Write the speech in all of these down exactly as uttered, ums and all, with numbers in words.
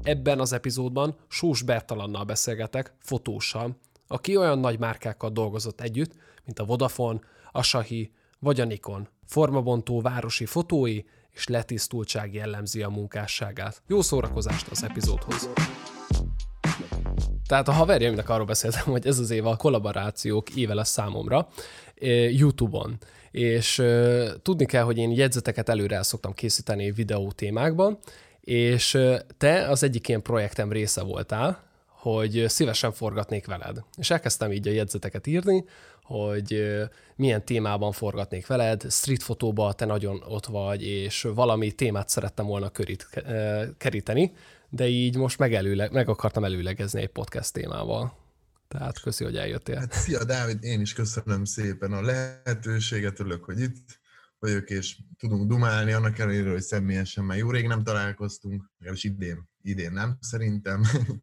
Ebben az epizódban Sós Bertalannal beszélgetek, fotóssal, aki olyan nagy márkákkal dolgozott együtt, mint a Vodafone, Asahi vagy a Nikon. Formabontó városi fotói és letisztultság jellemzi a munkásságát. Jó szórakozást az epizódhoz! Tehát a haverjaimnak arról beszéltem, hogy ez az év a kollaborációk éve lesz számomra YouTube-on. És uh, tudni kell, hogy én jegyzeteket előre el szoktam készíteni videó témákban, és uh, te az egyik ilyen projektem része voltál, hogy szívesen forgatnék veled. És elkezdtem így a jegyzeteket írni, hogy uh, milyen témában forgatnék veled, street fotóba te nagyon ott vagy, és valami témát szerettem volna körít, uh, keríteni, de így most meg, előle, meg akartam előlegezni egy podcast témával. Tehát köszi, hogy eljöttél. Hát, szia Dávid, én is köszönöm szépen a lehetőséget, örülök, hogy itt vagyok, és tudunk dumálni, annak ellenére, hogy személyesen már jó rég nem találkoztunk, legalábbis idén, idén nem szerintem.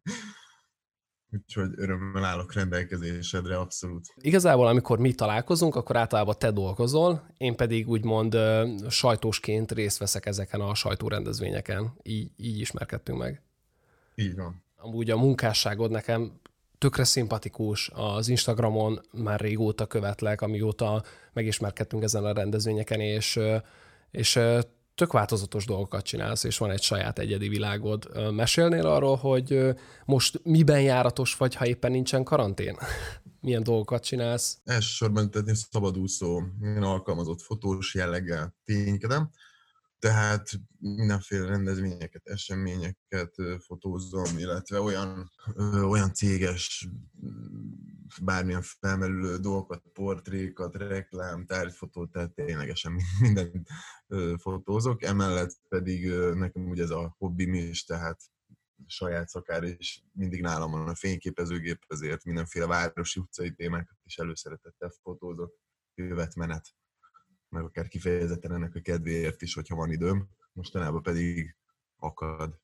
Úgyhogy örömmel állok rendelkezésedre, abszolút. Igazából, amikor mi találkozunk, akkor általában te dolgozol, én pedig úgymond sajtósként részt veszek ezeken a sajtórendezvényeken. Így, így ismerkedtünk meg. Így van. Amúgy a munkásságod nekem tökre szimpatikus, az Instagramon már régóta követlek, amióta megismerkedtünk ezen a rendezvényeken, és, és tök változatos dolgokat csinálsz, és van egy saját egyedi világod. Mesélnél arról, hogy most miben járatos vagy, ha éppen nincsen karantén? Milyen dolgokat csinálsz? Elsősorban tehát én szabadúszó, én alkalmazott fotós jelleggel ténykedem, tehát mindenféle rendezvényeket, eseményeket fotózom, illetve olyan, ö, olyan céges, bármilyen felmerülő dolgokat, portrékat, reklám, tárgyfotót, tehát ténylegesen mindent ö, fotózok. Emellett pedig ö, nekem ugye ez a hobbim is, tehát saját szakár is mindig nálam van a fényképezőgép, ezért mindenféle városi utcai témákat is előszeretettel fotózok, jövetmenet, meg akár kifejezetten ennek a kedvéért is, hogyha van időm. Mostanában pedig akad.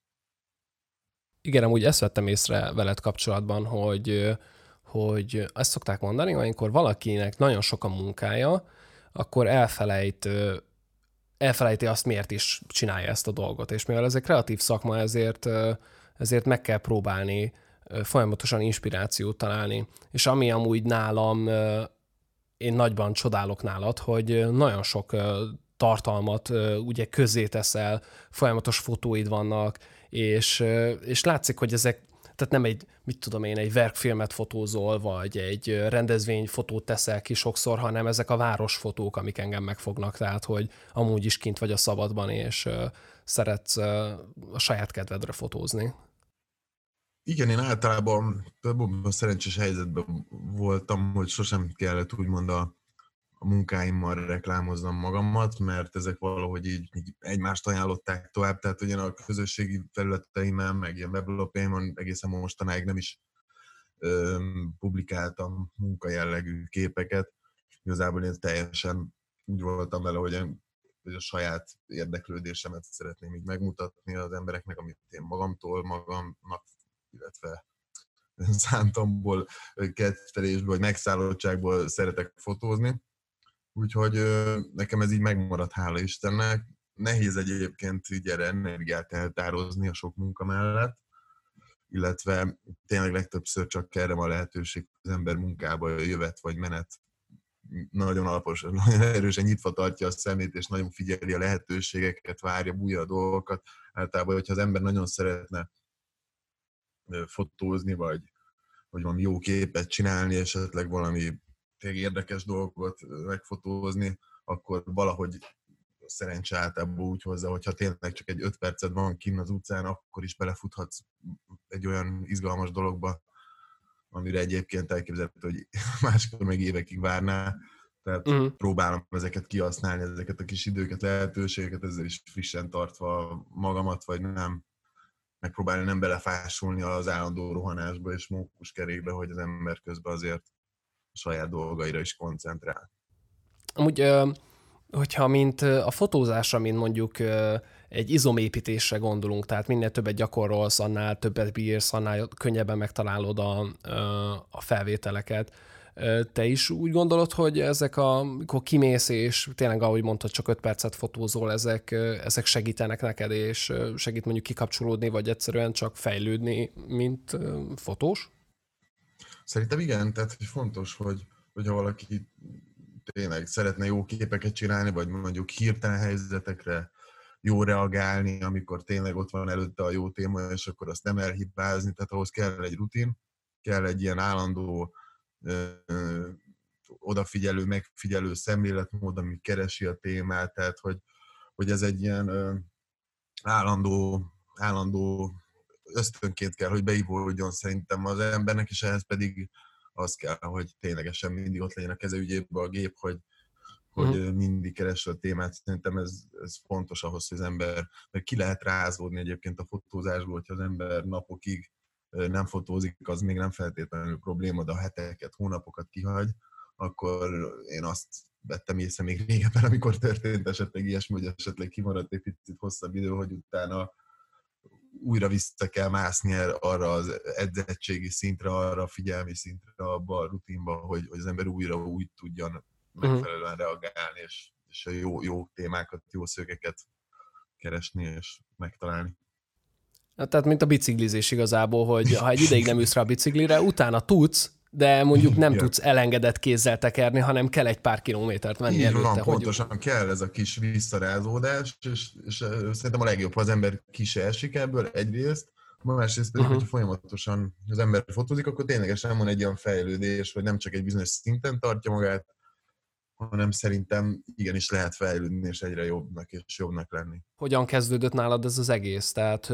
Igen, amúgy ezt vettem észre veled kapcsolatban, hogy, hogy ezt szokták mondani, hogy amikor valakinek nagyon sok a munkája, akkor elfelejt, elfelejti azt, miért is csinálja ezt a dolgot. És mivel ez egy kreatív szakma, ezért, ezért meg kell próbálni folyamatosan inspirációt találni. És ami amúgy nálam, én nagyban csodálok nálad, hogy nagyon sok tartalmat ugye közzé teszel, folyamatos fotóid vannak, és, és látszik, hogy ezek, tehát nem egy, mit tudom én, egy verkfilmet fotózol, vagy egy rendezvényfotót teszel ki sokszor, hanem ezek a városfotók, amik engem megfognak, tehát, hogy amúgy is kint vagy a szabadban, és szeretsz a saját kedvedre fotózni. Igen, én általában a szerencsés helyzetben voltam, hogy sosem kellett úgymond a, a munkáimmal reklámoznom magamat, mert ezek valahogy így, így egymást ajánlották tovább, tehát ugyan a közösségi felületeimen, meg ilyen weblapjaimon egészen mostanáig nem is ö, publikáltam munkajellegű képeket. Igazából én teljesen úgy voltam vele, hogy, én, hogy a saját érdeklődésemet szeretném így megmutatni az embereknek, amit én magamtól magamnak, illetve szántomból, kedvelésből, vagy megszállottságból szeretek fotózni. Úgyhogy nekem ez így megmaradt, hála Istennek. Nehéz egyébként így erre energiát eltározni a sok munka mellett, illetve tényleg legtöbbször csak erre van lehetőség, az ember munkába jövet vagy menet nagyon alapos, nagyon erősen nyitva tartja a szemét, és nagyon figyeli a lehetőségeket, várja, bújja a dolgokat. Általában, hogyha az ember nagyon szeretne fotózni, vagy, vagy valami jó képet csinálni, esetleg valami tényleg érdekes dolgot megfotózni, akkor valahogy szerencse általában úgy hozzá, hogyha tényleg csak egy öt percet van kinn az utcán, akkor is belefuthatsz egy olyan izgalmas dologba, amire egyébként elképzelhető, hogy máskor meg évekig várnál. Tehát uh-huh. próbálom ezeket kihasználni, ezeket a kis időket, lehetőségeket, ezzel is frissen tartva magamat, vagy nem megpróbálni nem belefásulni az állandó rohanásba és mókuskerékbe, hogy az ember közben azért a saját dolgaira is koncentrál. Amúgy, hogyha mint a fotózásra, mint mondjuk egy izomépítésre gondolunk, tehát minél többet gyakorolsz, annál többet bírsz, annál könnyebben megtalálod a, a felvételeket. Te is úgy gondolod, hogy ezek, a, amikor kimész, és tényleg, ahogy mondtad, csak öt percet fotózol, ezek, ezek segítenek neked, és segít mondjuk kikapcsolódni, vagy egyszerűen csak fejlődni, mint fotós? Szerintem igen, tehát hogy fontos, hogy, hogyha valaki tényleg szeretne jó képeket csinálni, vagy mondjuk hirtelen helyzetekre jó reagálni, amikor tényleg ott van előtte a jó téma, és akkor azt nem elhibázni, tehát ahhoz kell egy rutin, kell egy ilyen állandó ö, ö, odafigyelő, megfigyelő szemléletmód, ami keresi a témát, tehát hogy, hogy ez egy ilyen ö, állandó, állandó ösztönként kell, hogy beivódjon szerintem az embernek, és ehhez pedig az kell, hogy ténylegesen mindig ott legyen a keze ügyében a gép, hogy, hogy uh-huh. mindig keresse a témát. Szerintem ez, ez fontos ahhoz, hogy az ember, mert ki lehet rázódni egyébként a fotózásból, hogyha az ember napokig nem fotózik, az még nem feltétlenül probléma, de a heteket, hónapokat kihagy, akkor én azt vettem észre még régebben, amikor történt esetleg ilyesmi, hogy esetleg kimaradt egy picit hosszabb idő, hogy utána újra vissza kell mászni arra az edzettségi szintre, arra a figyelmi szintre, abba a rutinba, hogy, hogy az ember újra úgy tudjon megfelelően reagálni, és, és a jó, jó témákat, jó szögeket keresni és megtalálni. Tehát mint a biciklizés igazából, hogy ha egy ideig nem ülsz rá a biciklire, utána tudsz, de mondjuk nem Igen. tudsz elengedett kézzel tekerni, hanem kell egy pár kilométert menni Így előtte. van, hogy... pontosan kell ez a kis visszarázódás, és, és szerintem a legjobb, ha az ember ki se esik ebből egyrészt, másrészt pedig, uh-huh. hogyha folyamatosan az ember fotózik, akkor ténylegesen van egy olyan fejlődés, hogy nem csak egy bizonyos szinten tartja magát, hanem szerintem igenis lehet fejlődni, és egyre jobbnak és jobbnak lenni. Hogyan kezdődött nálad ez az egész? Tehát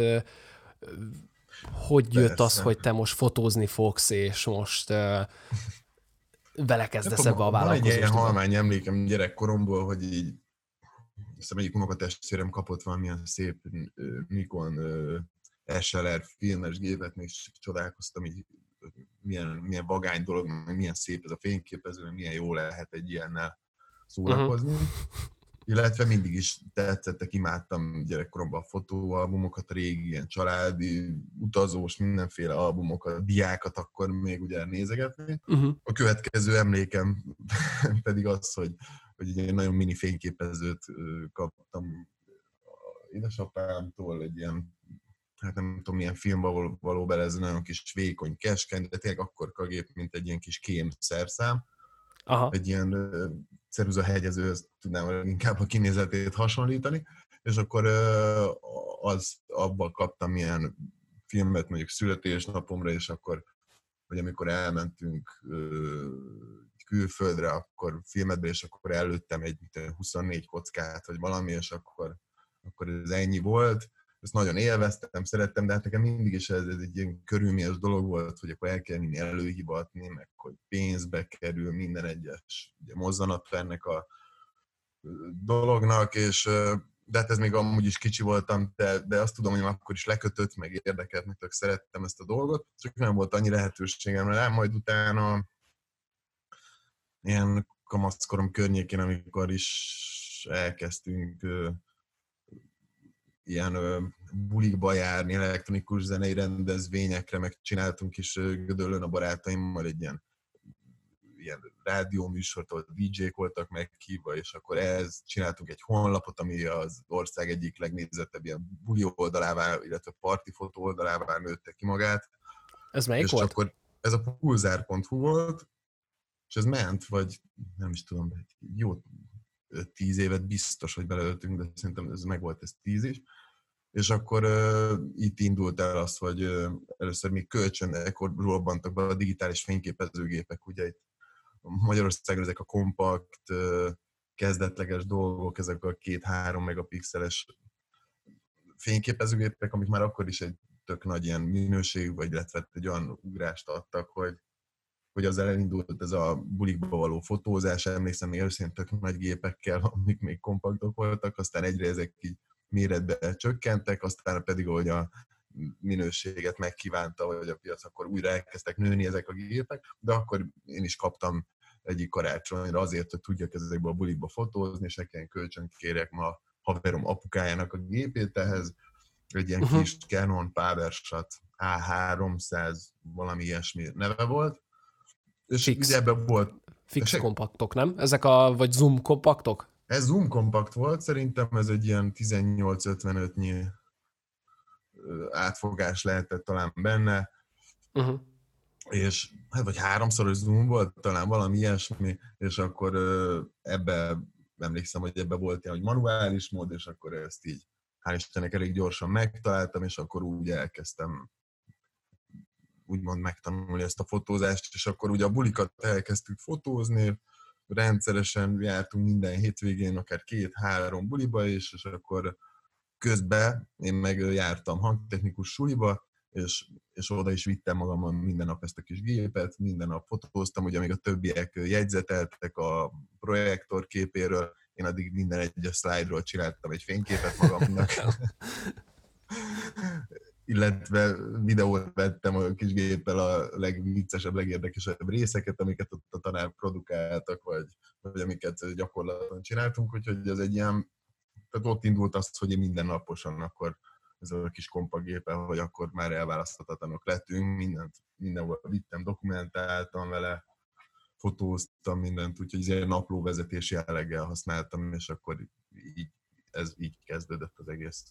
hogy jött Persze. az, hogy te most fotózni fogsz, és most uh, belekezdesz ebbe a vállalkozást? Van egy ilyen halmány emlékem gyerekkoromból, hogy így hiszem egyik unokatestvérem kapott valamilyen szép Nikon es el er filmes gépet, és csodálkoztam, így milyen, milyen vagány dolog, milyen szép ez a fényképező, milyen jó lehet egy ilyennel szórakozni. Uh-huh. Illetve mindig is tetszettek, imádtam gyerekkoromban a fotóalbumokat, a régi ilyen családi, utazós, mindenféle albumokat, diákat akkor még ugye nézegetni. Uh-huh. A következő emlékem pedig az, hogy, hogy egy nagyon mini fényképezőt kaptam édesapámtól, egy ilyen, hát nem tudom milyen filmba való, való bele, ez nagyon kis vékony, keskeny, de tényleg akkor a gép, mint egy ilyen kis kém szerszám. Aha. Egy ilyen uh, ceruza hegyezőhöz tudnám inkább a kinézetét hasonlítani, és akkor uh, az, abban kaptam ilyen filmet mondjuk születésnapomra, és akkor, hogy amikor elmentünk uh, külföldre, akkor filmetbe, és akkor előttem egy huszonnégy kockát, vagy valami, és akkor, akkor ez ennyi volt. Ezt nagyon élveztem, szerettem, de hát nekem mindig is ez, ez egy ilyen körülményes dolog volt, hogy akkor el kell mindig előhivatni, meg hogy pénzbe kerül minden egyes ugye, mozzanat ennek a dolognak, és de hát ez még amúgy is kicsi voltam, de, de azt tudom, hogy akkor is lekötött, meg érdekelt, meg tök szerettem ezt a dolgot, csak nem volt annyi lehetőségem rá, majd utána ilyen kamaszkorom környékén, amikor is elkezdtünk ilyen ö, bulikba járni, elektronikus zenei rendezvényekre, meg csináltunk is Gödöllőn a barátaimmal egy ilyen, ilyen rádióműsort, ahol dé jék voltak meghívva, és akkor ehhez csináltunk egy honlapot, ami az ország egyik legnézettebb ilyen buli oldalává, illetve partifotó oldalává nőtte ki magát. Ez melyik és volt? Akkor ez a pulzár pont hu volt, és ez ment, vagy nem is tudom, jó tíz évet biztos, hogy beleöltünk, de szerintem ez meg volt ez tíz is. És akkor uh, itt indult el az, hogy uh, először még kölcsön, ekkor robbantak be a digitális fényképezőgépek, ugye itt Magyarországon ezek a kompakt, uh, kezdetleges dolgok, ezek a két-három megapixeles fényképezőgépek, amik már akkor is egy tök nagy ilyen minőség, vagy illetve egy olyan ugrást adtak, hogy hogy az elindult ez a bulikba való fotózás, emlékszem még először tök nagy gépekkel, amik még kompaktok voltak, aztán egyre ezek így méretbe csökkentek, aztán pedig, hogy a minőséget megkívánta, hogy a piac, akkor újra elkezdtek nőni ezek a gépek, de akkor én is kaptam egyik karácsonyra azért, hogy tudjak ezekbe a bulikba fotózni, és ne kelljen kölcsön kérjek ma haverom apukájának a gépét ehhez, egy ilyen uh-huh. kis Canon PowerShot á háromszáz valami ilyesmi neve volt, És Fix. ugye ebben volt... Fix Esek? kompaktok, nem? Ezek a, vagy zoom kompaktok? Ez zoom kompakt volt, szerintem ez egy ilyen tizennyolc ötvenöt-nyi átfogás lehetett talán benne, uh-huh. és hát vagy háromszoros zoom volt, talán valami ilyesmi, és akkor ebbe, emlékszem, hogy ebbe volt ilyen, hogy manuális mód, és akkor ezt így, hál' Istennek elég gyorsan megtaláltam, és akkor úgy elkezdtem úgymond megtanulni ezt a fotózást, és akkor ugye a bulikat elkezdtük fotózni, rendszeresen jártunk minden hétvégén, akár két-három buliba is, és akkor közben én meg jártam hangtechnikus suliba, és, és oda is vittem magammal minden nap ezt a kis gépet, minden nap fotóztam, ugye még a többiek jegyzeteltek a projektor képéről, én addig minden egyes szlájdról csináltam egy fényképet magamnak. Illetve videót vettem a kis géppel a legviccesebb, legérdekesebb részeket, amiket ott a tanár produkáltak, vagy, vagy amiket gyakorlaton csináltunk, úgyhogy ez egy ilyen, tehát ott indult az, hogy én mindennaposan akkor ezzel a kis kompagéppel, hogy akkor már elválaszthatatlanok lettünk, mindent, mindenhol vittem, dokumentáltam vele, fotóztam mindent, úgyhogy ilyen naplóvezetési jelleggel használtam, és akkor így, ez így kezdődött az egész.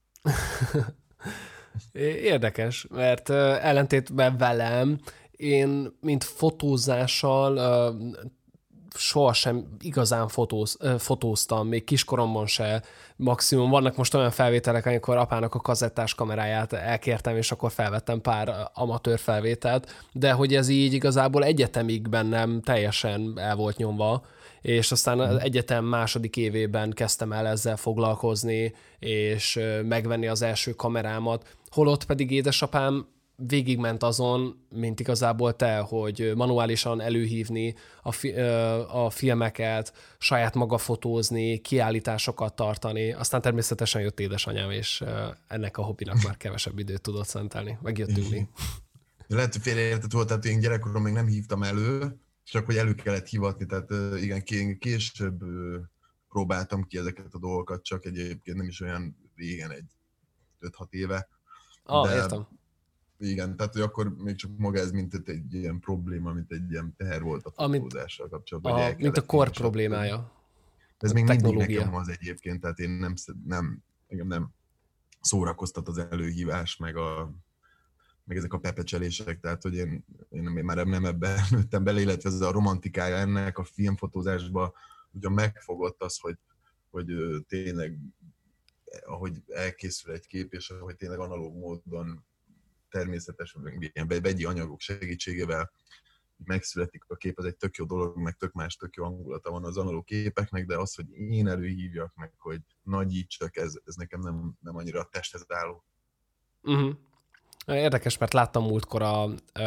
Érdekes, mert ellentétben velem, én mint fotózással sohasem igazán fotóz, fotóztam, még kiskoromban se. Maximum vannak most olyan felvételek, amikor apának a kazettás kameráját elkértem, és akkor felvettem pár amatőr felvételt, de hogy ez így igazából egyetemig bennem teljesen el volt nyomva, és aztán az egyetem második évében kezdtem el ezzel foglalkozni, és megvenni az első kamerámat, holott pedig édesapám végigment azon, mint igazából te, hogy manuálisan előhívni a, fi- a filmeket, saját maga fotózni, kiállításokat tartani, aztán természetesen jött édesanyám, és ennek a hobbinak már kevesebb időt tudott szentelni. Megjöttünk mi. Lehet, hogy félreértett volt, tehát én gyerekkorom még nem hívtam elő, csak hogy elő kellett hivatni, tehát igen, később próbáltam ki ezeket a dolgokat, csak egyébként nem is olyan régen, egy öt-hat éve. Ah, de értem. Igen, tehát hogy akkor még csak maga ez, mint egy ilyen probléma, mint egy ilyen teher volt a fotózással kapcsolatban. A, mint a kor problémája. Ez még mindig nekem az egyébként, tehát én nem, nem, engem nem szórakoztat az előhívás, meg, a, meg ezek a pepecselések, tehát hogy én, én már nem ebben nőttem bele, illetve ez a romantikája ennek a filmfotózásban ugyan megfogott az, hogy, hogy tényleg, ahogy elkészül egy kép, és ahogy tényleg analóg módon természetesen ilyen vegyi anyagok segítségével megszületik a kép, az egy tök jó dolog, meg tök más, tök jó hangulata van az analóg képeknek, de az, hogy én előhívjak meg, hogy nagyítsak, ez, ez nekem nem, nem annyira a testhez álló. Uh-huh. Érdekes, mert láttam múltkor a,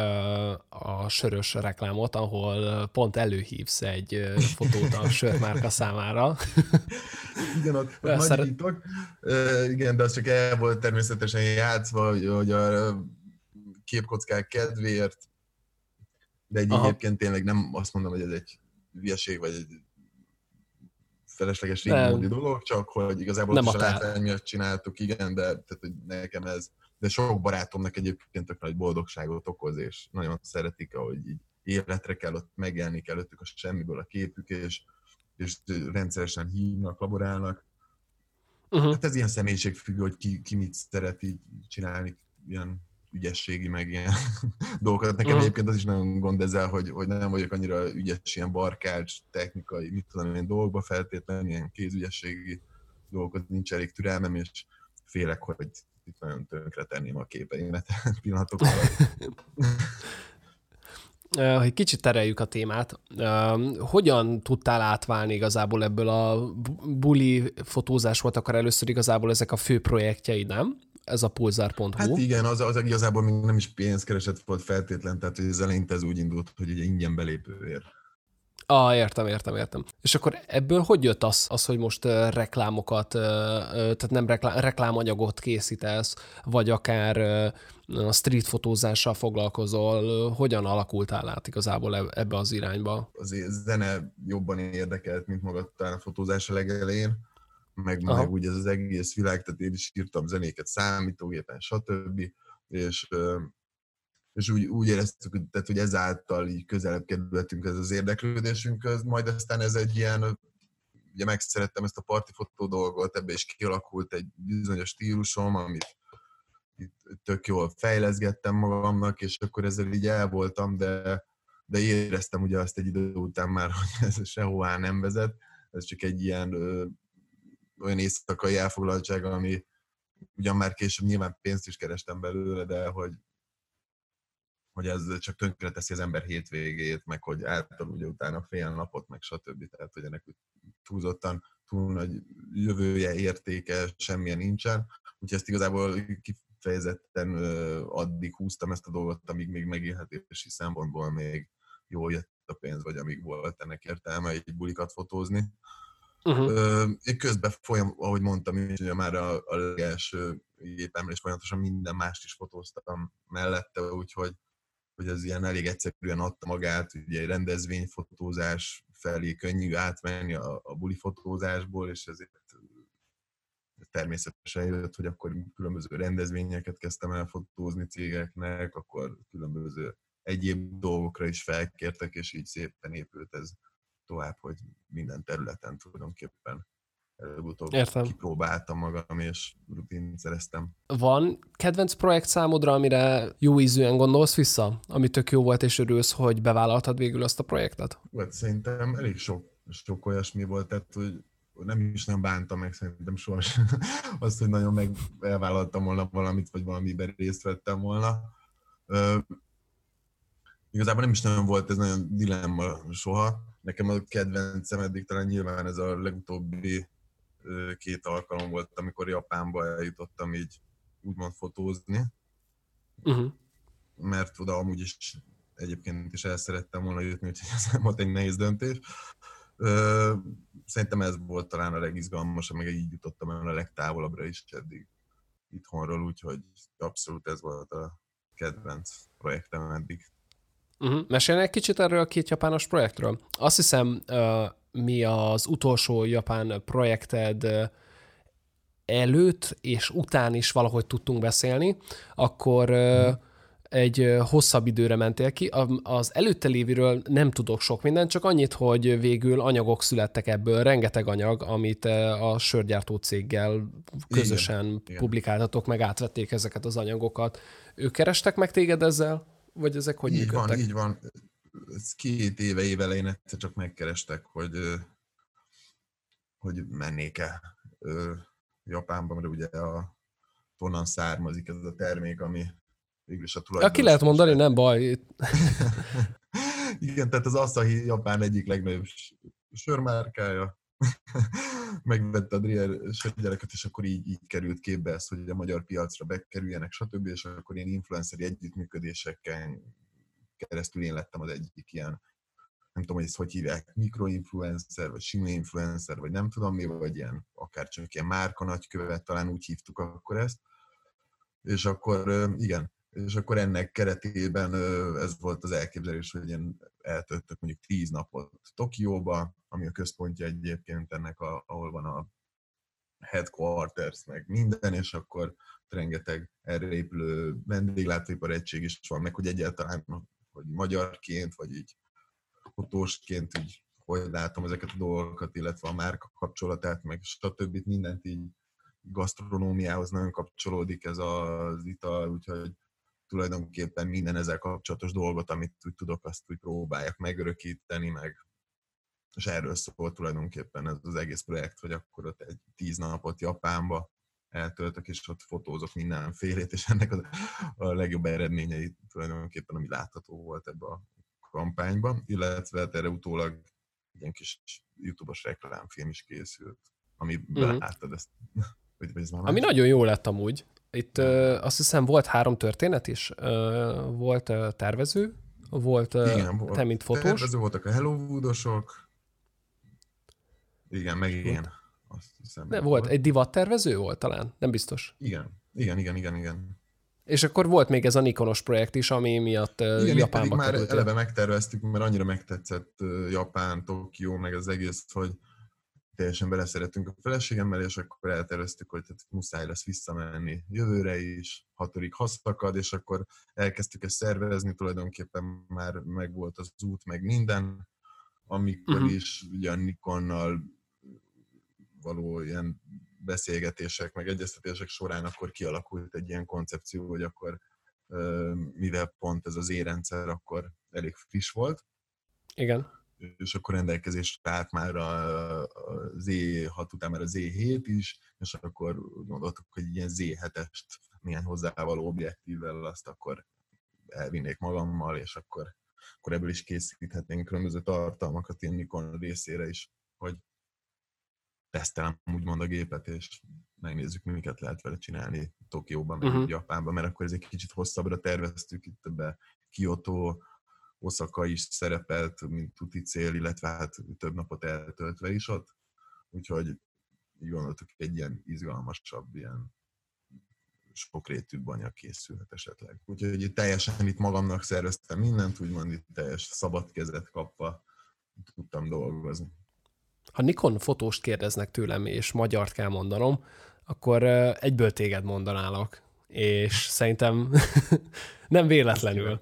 a sörös reklámot, ahol pont előhívsz egy fotót a sörmárka számára. Igen, ott, ott nagyítok. Uh, igen, de az csak el volt természetesen játszva, hogy a képkockák kedvéért, de egy egyébként tényleg nem azt mondom, hogy ez egy hülyeség, vagy egy felesleges régmódi dolog, csak hogy igazából nem ott is a látvány miatt csináltuk, igen, de tehát, hogy nekem ez, de sok barátomnak egyébként tök nagy boldogságot okoz, és nagyon szeretik, ahogy így életre kell, ott megjelenik előttük a semmiből a képük, és, és rendszeresen hívnak, laborálnak. Uh-huh. Hát ez ilyen személyiségfüggő, hogy ki, ki mit szeret így csinálni, ilyen ügyességi, meg ilyen dolgokat. Nekem uh-huh. egyébként az is nagyon gond ezzel, hogy, hogy nem vagyok annyira ügyes, ilyen barkács, technikai, mit tudom én dolgokba feltétlenül, ilyen kézügyességi dolgokat, nincs elég türelmem, és félek, hogy itt nagyon tönkre tenném a képeimet pillanatok alatt. Hogy kicsit tereljük a témát, hogyan tudtál átválni igazából ebből a buli fotózás volt akkor először igazából ezek a fő projektjeid, nem? Ez a pulzár pont hu. Hát igen, az, az igazából még nem is pénzkeresett volt feltétlen, tehát az eleinte ez úgy indult, hogy ugye ingyen belépőért. Ah, értem, értem, értem. És akkor ebből hogy jött az, az hogy most uh, reklámokat, uh, tehát nem reklám, reklámanyagot készítesz, vagy akár uh, street fotózással foglalkozol, uh, hogyan alakultál át igazából ebbe az irányba? Az zene jobban érdekelt, mint maga a fotózás a legelején, meg, meg ugye ez az egész világ, tehát én is írtam zenéket számítógépen, stb. És uh, és úgy, úgy éreztük, tehát, hogy ezáltal így közelebb kerülhetünk ez az érdeklődésünkhöz, majd aztán ez egy ilyen, ugye megszerettem ezt a partifotó dolgot, ebbe is kialakult egy bizonyos stílusom, amit itt tök jól fejleszgettem magamnak, és akkor ezzel így el voltam, de, de éreztem ugye azt egy idő után már, hogy ez sehová nem vezet, ez csak egy ilyen ö, olyan éjszakai elfoglaltság, ami ugyan már később nyilván pénzt is kerestem belőle, de hogy, hogy ez csak tönkreteszi az ember hétvégét, meg hogy által ugye utána fél napot, meg stb. Tehát, hogy ennek túlzottan túl nagy jövője, értéke, semmilyen nincsen. Úgyhogy ezt igazából kifejezetten addig húztam ezt a dolgot, amíg még megélhetési szempontból még jól jött a pénz, vagy amíg volt ennek értelme egy bulikat fotózni. Uh-huh. Én közben folyam, ahogy mondtam, ugye már a, a legelső gépemre is folyamatosan minden mást is fotóztam mellette, úgyhogy hogy ez ilyen elég egyszerűen adta magát, ugye egy rendezvényfotózás felé könnyű átmenni a, a buli fotózásból, és ezért természetesen jött, hogy akkor különböző rendezvényeket kezdtem el fotózni cégeknek, akkor különböző egyéb dolgokra is felkértek, és így szépen épült ez tovább, hogy minden területen tulajdonképpen előbb-utóbb Értem. Kipróbáltam magam, és rutint szereztem. Van kedvenc projekt számodra, amire jó ízűen gondolsz vissza? Ami tök jó volt, és örülsz, hogy bevállaltad végül azt a projektet? Hát szerintem elég sok, sok olyasmi volt, tehát hogy nem is nem bántam meg szerintem sohasem azt, hogy nagyon meg elvállaltam volna valamit, vagy valamiben részt vettem volna. Ö, igazából nem is nagyon volt ez nagyon dilemma soha. Nekem a kedvencem eddig talán nyilván ez a legutóbbi két alkalom volt, amikor Japánba eljutottam így úgymond fotózni. Uh-huh. Mert oda amúgy is egyébként is el szerettem volna jutni, úgyhogy ez volt egy nehéz döntés. Szerintem ez volt talán a legizgalmasabb, meg így jutottam el a legtávolabbra is eddig itthonról, úgyhogy abszolút ez volt a kedvenc projektem eddig. Uh-huh. Mesélj egy kicsit erről a két japános projektről. Azt hiszem, uh, mi az utolsó japán projekted előtt és után is valahogy tudtunk beszélni, akkor uh, egy hosszabb időre mentél ki. Az előtte léviről nem tudok sok mindent, csak annyit, hogy végül anyagok születtek ebből, rengeteg anyag, amit a sörgyártó céggel közösen igen, publikáltatok, meg átvették ezeket az anyagokat. Ők kerestek meg téged ezzel? Vagy ezek hogy így működtek? Van, így van. Ez két éve évelején egyszer csak megkerestek, hogy, hogy mennék-e Japánba, mert ugye a, onnan származik ez a termék, ami végülis a tulajdonos. Ki lehet mondani, nem baj. Igen, tehát az Asahi Japán egyik legnagyobb sörmárkája. Megvette a Dreher sörgyáreket, és akkor így, így került képbe ez, hogy a magyar piacra bekerüljenek, stb. És akkor ilyen influenceri együttműködéseken keresztül én lettem az egyik ilyen, nem tudom, hogy ezt hogy hívják, mikroinfluencer, vagy sima influencer, vagy nem tudom mi, vagy ilyen, akár csak ilyen márka nagykövet, talán úgy hívtuk akkor ezt. És akkor igen, és akkor ennek keretében ez volt az elképzelés, hogy én eltöltök mondjuk tíz napot Tokióba, ami a központja egyébként ennek, a, ahol van a headquarters, meg minden, és akkor rengeteg erre épülő vendéglátóipar egység is van, meg hogy egyáltalán, hogy magyarként, vagy így fotósként, így hogy látom ezeket a dolgokat, illetve a márka kapcsolatát, meg stb. Mindent így gasztronómiához nagyon kapcsolódik ez az ital, úgyhogy tulajdonképpen minden ezzel kapcsolatos dolgot, amit úgy tudok, azt úgy próbáljak megörökíteni, meg és erről szól tulajdonképpen ez az egész projekt, hogy akkor ott egy tíz napot Japánba eltöltök, és ott fotózok mindenfélét, és ennek a, a legjobb eredményei tulajdonképpen, ami látható volt ebbe a kampányban, illetve erre utólag ilyen kis YouTube-os reklámfilm is készült, amiben uh-huh. láttad ezt. Vagy, vagy ez már ami nagyon jó lett amúgy. Itt ö, azt hiszem volt három történet is. Ö, volt ö, tervező, volt ö, igen, volt te, mint fotós. Tervező, voltak a Hello-woodosok. Igen, meg igen. Azt hiszem, De volt, volt egy divattervező volt talán? Nem biztos. Igen, igen, igen, igen, igen. És akkor volt még ez a Nikonos projekt is, ami miatt uh, igen, Japánba már kerültél. Eleve megterveztük, mert annyira megtetszett uh, Japán, Tokió, meg az egész, hogy teljesen beleszerettünk a feleségemmel, és akkor elterveztük, hogy hát muszáj lesz visszamenni jövőre is, hatodik haszakad, és akkor elkezdtük ezt szervezni, tulajdonképpen már megvolt az út, meg minden, amikor uh-huh. is ugye a Nikonnal való ilyen beszélgetések, meg egyeztetések során akkor kialakult egy ilyen koncepció, hogy akkor mivel pont ez az E-rendszer akkor elég friss volt. Igen. És akkor rendelkezésre állt már a, a zé hat után már a zé hét is, és akkor gondoltuk, hogy ilyen zé hetest néhány hozzávaló objektívvel azt akkor elvinnék magammal, és akkor, akkor ebből is készíthetnénk különböző tartalmakat ilyen Nikon részére is, hogy tesztelem úgymond a gépet, és megnézzük, miket lehet vele csinálni Tokióban, meg uh-huh. Japánban, mert akkor ez egy kicsit hosszabbra terveztük, itt be Kyoto, Oszaka is szerepelt, mint tuti cél, illetve hát több napot eltöltve is ott. Úgyhogy így gondoltuk, egy ilyen izgalmasabb, ilyen sokrétűbb anyag készülhet esetleg. Úgyhogy teljesen itt magamnak szerveztem mindent, úgymond itt teljes szabad kezet kapva tudtam dolgozni. Ha Nikon fotóst kérdeznek tőlem, és magyart kell mondanom, akkor egyből téged mondanálok. És szerintem nem véletlenül.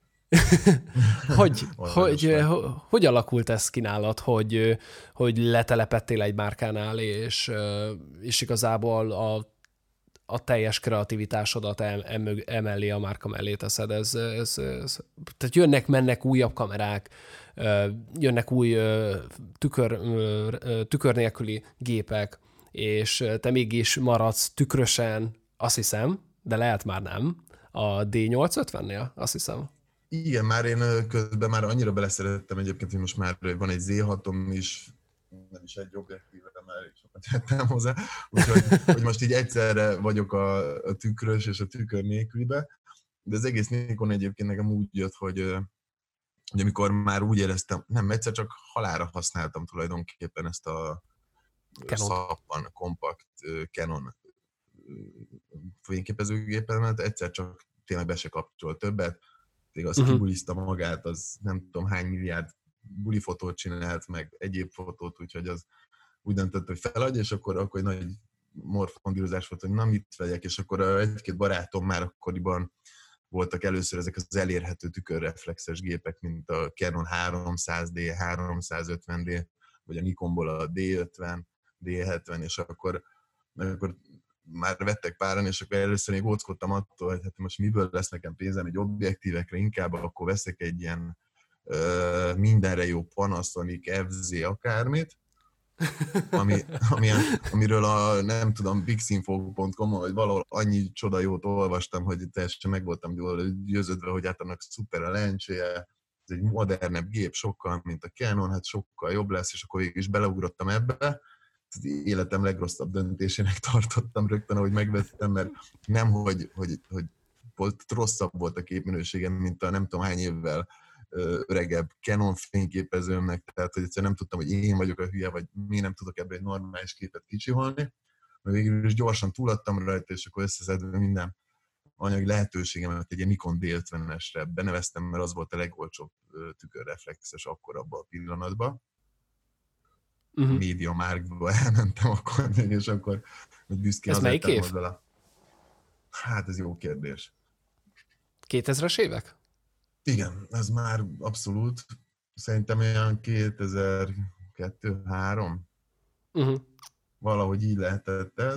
hogy, hogy, hogy alakult ez ki nálad, hogy, hogy letelepettél egy márkánál, és, és igazából a, a teljes kreativitásodat emellé a márka mellé teszed? Ez, ez, ez, tehát jönnek, mennek újabb kamerák, jönnek új tükör, tükör nélküli gépek, és te mégis maradsz tükrösen, azt hiszem, de lehet már nem, a dé nyolcszázötvennél, azt hiszem. Igen, már én közben már annyira beleszerettem egyébként, hogy most már van egy zé hatom is, nem is egy objektívre, már sokat tettem hozzá, úgyhogy hogy most így egyszerre vagyok a, a tükrös és a tükör nélkülibe, de az egész Nikon egyébként nekem úgy jött, hogy, hogy amikor már úgy éreztem, nem, egyszer csak halálra használtam tulajdonképpen ezt a Canon. szappan, kompakt Canon fényképezőgépemet, egyszer csak tényleg be se kapcsol többet, tényleg az uh-huh. kibulizta magát, az nem tudom hány milliárd bulifotót csinált, meg egyéb fotót, úgyhogy az úgy döntött, hogy feladj, és akkor, akkor egy nagy morfondírozás volt, hogy na mit vegyek, és akkor egy-két barátom már akkoriban voltak először ezek az elérhető tükörreflexes gépek, mint a Canon háromszáz dé, háromszázötven dé, vagy a Nikonból a dé ötven, dé hetven, és akkor, akkor már vettek páran, és akkor először még óckodtam attól, hogy hát most miből lesz nekem pénzem egy objektívekre, inkább akkor veszek egy ilyen uh, mindenre jó Panasonic ef zé akármit, ami, ami, amiről a, nem tudom, bixinfo pont com, vagy valahol annyi csoda jót olvastam, hogy teljesen meg voltam győződve, hogy hát annak szuper a lencséje, ez egy modernebb gép sokkal, mint a Canon, hát sokkal jobb lesz, és akkor végül is beleugrottam ebbe. Az életem legrosszabb döntésének tartottam rögtön, ahogy megvettem, mert nem, hogy, hogy, hogy volt, rosszabb volt a képminőségem, mint a nem tudom hány évvel öregebb Canon fényképezőmnek, tehát hogy egyszerűen nem tudtam, hogy én vagyok a hülye, vagy mi nem tudok ebből egy normális képet kicsiholni. Mert végül is gyorsan túladtam rajta, és akkor összeszedve minden anyagi lehetőségemet egy ilyen Nikon dé ötvenesre beneveztem, mert az volt a legolcsóbb tükörreflexes akkor abban a pillanatban. Uh-huh. Média Marktba elmentem akkor még, és akkor büszkén ez melyik év? Vele. Hát ez jó kérdés. kétezres évek? Igen, ez már abszolút. Szerintem olyan kétezer-kettő három Uh-huh. Valahogy így lehetett ez.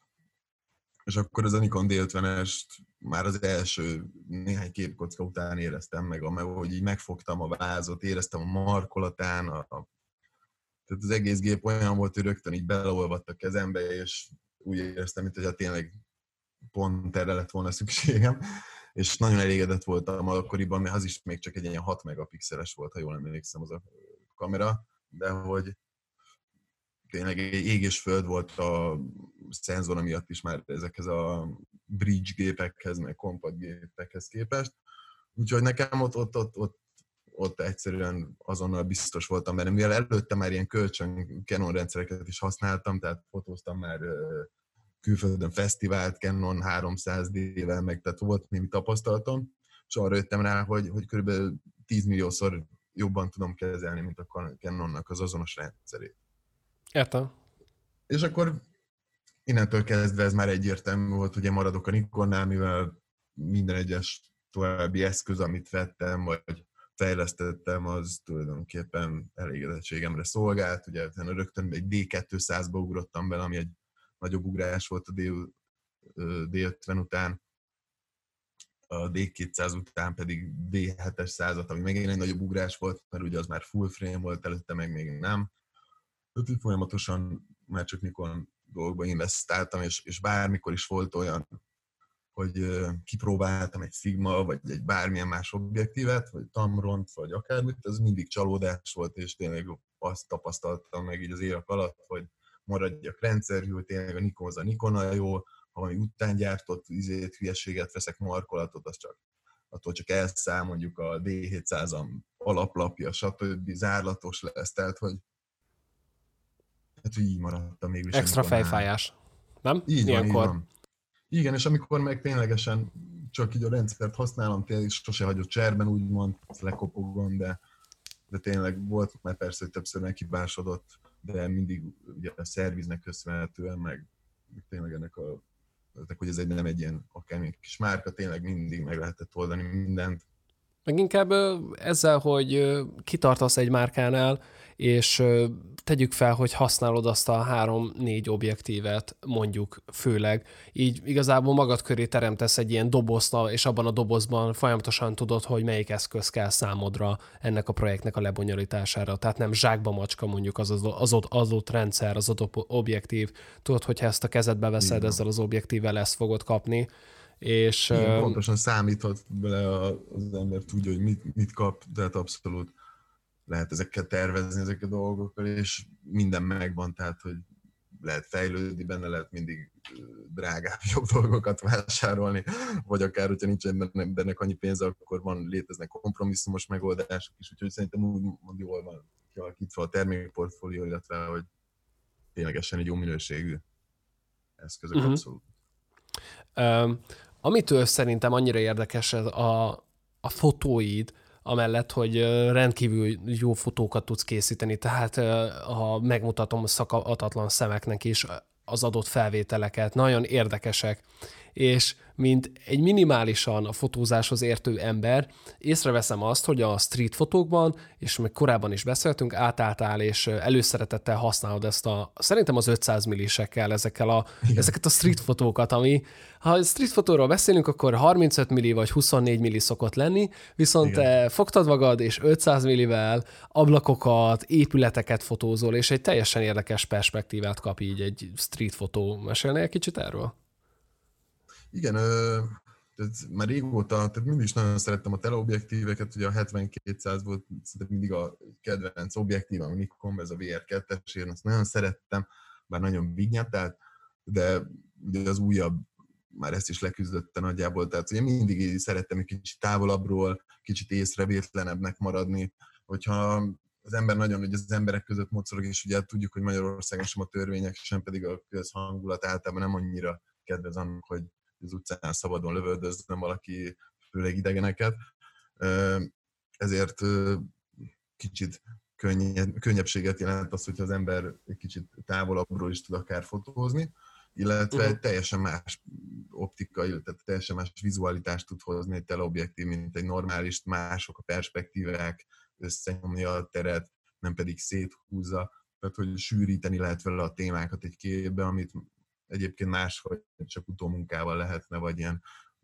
És akkor az a Nikon dé ötvenest már az első néhány képkocka után éreztem meg, hogy így megfogtam a vázot, éreztem a markolatán, a, a tehát az egész gép olyan volt, hogy rögtön így beleolvadt a kezembe, és úgy éreztem, mint hogy tényleg pont erre lett volna szükségem. És nagyon elégedett voltam akkoriban, mert az is még csak egy ilyen hat megapixeles volt, ha jól emlékszem az a kamera, de hogy tényleg egy ég és föld volt a szenzora miatt is már ezekhez a bridge gépekhez, meg kompakt gépekhez képest. Úgyhogy nekem ott, ott, ott, ott ott egyszerűen azonnal biztos voltam, mert mivel előtte már ilyen kölcsön Canon rendszereket is használtam, tehát fotóztam már külföldön fesztivált Canon háromszáz dé-vel, meg tehát volt némi tapasztalatom, és arra jöttem rá, hogy, hogy kb. tíz milliószor jobban tudom kezelni, mint a Canonnak az azonos rendszerét. Értem. És akkor innentől kezdve ez már egyértelmű volt, ugye maradok a Nikonnál, mivel minden egyes további eszköz, amit vettem, vagy fejlesztettem, az tulajdonképpen elégedettségemre szolgált. Ugye rögtön egy D kétszázba ugrottam bele, ami egy nagyobb ugrás volt a D ötven után, a D kétszáz után pedig D hétszázat, ami megint egy nagyobb ugrás volt, mert ugye az már full frame volt, előtte meg még nem. Tehát folyamatosan már csak Nikon dolgokba investáltam, és, és bármikor is volt olyan, hogy kipróbáltam egy Sigma, vagy egy bármilyen más objektívet, vagy Tamront, vagy akármit, ez mindig csalódás volt, és tényleg azt tapasztaltam meg így az évek alatt, hogy maradjak rendszerű, tényleg a Nikon az a Nikon jó, ha valami után gyártott izét, hülyeséget veszek, markolatot, az csak, attól csak elszáll, mondjuk a D hétszázam alaplapja, stb. Zárlatos lesz, tehát hogy hát, hogy így maradtam mégis. Extra fejfájás. Nem? Így Ilyenkor. van, így van. Igen, és amikor meg ténylegesen csak így a rendszert használom, tényleg sose hagyott cserben, úgymond, lekopogom, de, de tényleg volt már persze, hogy többször meghibásodott, de mindig ugye a szerviznek köszönhetően, meg tényleg ennek a, ennek, hogy ez egy, nem egy ilyen akármilyen kis márka, tényleg mindig meg lehetett oldani mindent. Meg inkább ezzel, hogy kitartasz egy márkánál, és tegyük fel, hogy használod azt a három-négy objektívet, mondjuk főleg, így igazából magad köré teremtesz egy ilyen dobozt, és abban a dobozban folyamatosan tudod, hogy melyik eszköz kell számodra ennek a projektnek a lebonyolítására. Tehát nem zsákba macska mondjuk az az adott rendszer, az adott objektív. Tudod, hogyha ezt a kezedbe veszed, Igen. ezzel az objektívvel ezt fogod kapni. És, igen, pontosan számíthat bele az ember, tudja, hogy mit, mit kap, tehát abszolút lehet ezeket tervezni, ezeket a dolgokkal, és minden megvan, tehát hogy lehet fejlődni benne, lehet mindig drágább, jobb dolgokat vásárolni, vagy akár, hogyha nincs benne annyi pénz, akkor van, léteznek kompromisszumos megoldások is, úgyhogy szerintem úgy jól van kialakítva a termékportfólió, illetve hogy ténylegesen egy jó minőségű eszközök, uh-huh. abszolút. Um, amitől szerintem annyira érdekes a, a fotóid, amellett, hogy rendkívül jó fotókat tudsz készíteni, tehát ha megmutatom szakadatlan szemeknek is az adott felvételeket, nagyon érdekesek, és mint egy minimálisan a fotózáshoz értő ember, észreveszem azt, hogy a street fotókban, és még korábban is beszéltünk, átálltál, és előszeretettel használod ezt a, szerintem az ötszáz millisekkel ezekkel a, ezeket a street fotókat, ami, ha street fotóról beszélünk, akkor harmincöt milli vagy huszonnégy milli szokott lenni, viszont igen. Te fogtad magad, és ötszáz millivel ablakokat, épületeket fotózol, és egy teljesen érdekes perspektívát kap így egy street fotó. Mesélnél egy kicsit erről? Igen, tehát már régóta, tehát mindig is nagyon szerettem a teleobjektíveket, ugye a hetven kétszáz volt mindig a kedvenc objektív, a Nikon, ez a vé er kettes, én azt nagyon szerettem, bár nagyon vigyált, de ugye az újabb már ezt is leküzdötte nagyjából, tehát ugye mindig szerettem egy kicsit távolabbról, kicsit észrevétlenebbnek maradni, hogyha az ember nagyon, hogy az emberek között mocorog, és ugye tudjuk, hogy Magyarországon sem a törvények, sem pedig a közhangulat általában nem annyira kedvez annak, hogy az utcán szabadon lövöldözzön valaki, főleg idegeneket. Ezért kicsit könnyed, könnyebbséget jelent az, hogyha az ember egy kicsit távolabbról is tud akár fotózni, illetve uh-huh. teljesen más optikai, tehát teljesen más vizualitást tud hozni egy teleobjektív, mint egy normális, mások a perspektívák, összenyomja a teret, nem pedig széthúzza, tehát hogy sűríteni lehet vele a témákat egy képbe, amit egyébként máshogy csak utómunkával lehetne, vagy ilyen